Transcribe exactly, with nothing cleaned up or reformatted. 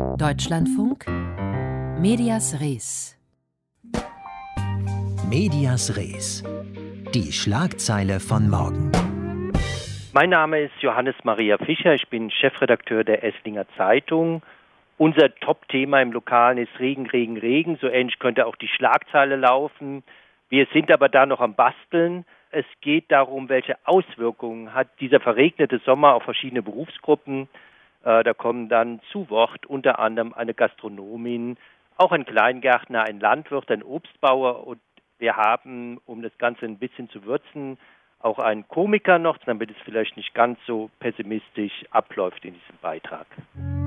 Deutschlandfunk Medias Res. Medias Res. Die Schlagzeile von morgen. Mein Name ist Johannes Maria Fischer, ich bin Chefredakteur der Esslinger Zeitung. Unser Top-Thema im Lokalen ist Regen, Regen, Regen. So ähnlich könnte auch die Schlagzeile laufen. Wir sind aber da noch am Basteln. Es geht darum, welche Auswirkungen hat dieser verregnete Sommer auf verschiedene Berufsgruppen. Äh, da kommen dann zu Wort unter anderem eine Gastronomin, auch ein Kleingärtner, ein Landwirt, ein Obstbauer. Und wir haben, um das Ganze ein bisschen zu würzen, auch einen Komiker noch, damit es vielleicht nicht ganz so pessimistisch abläuft in diesem Beitrag.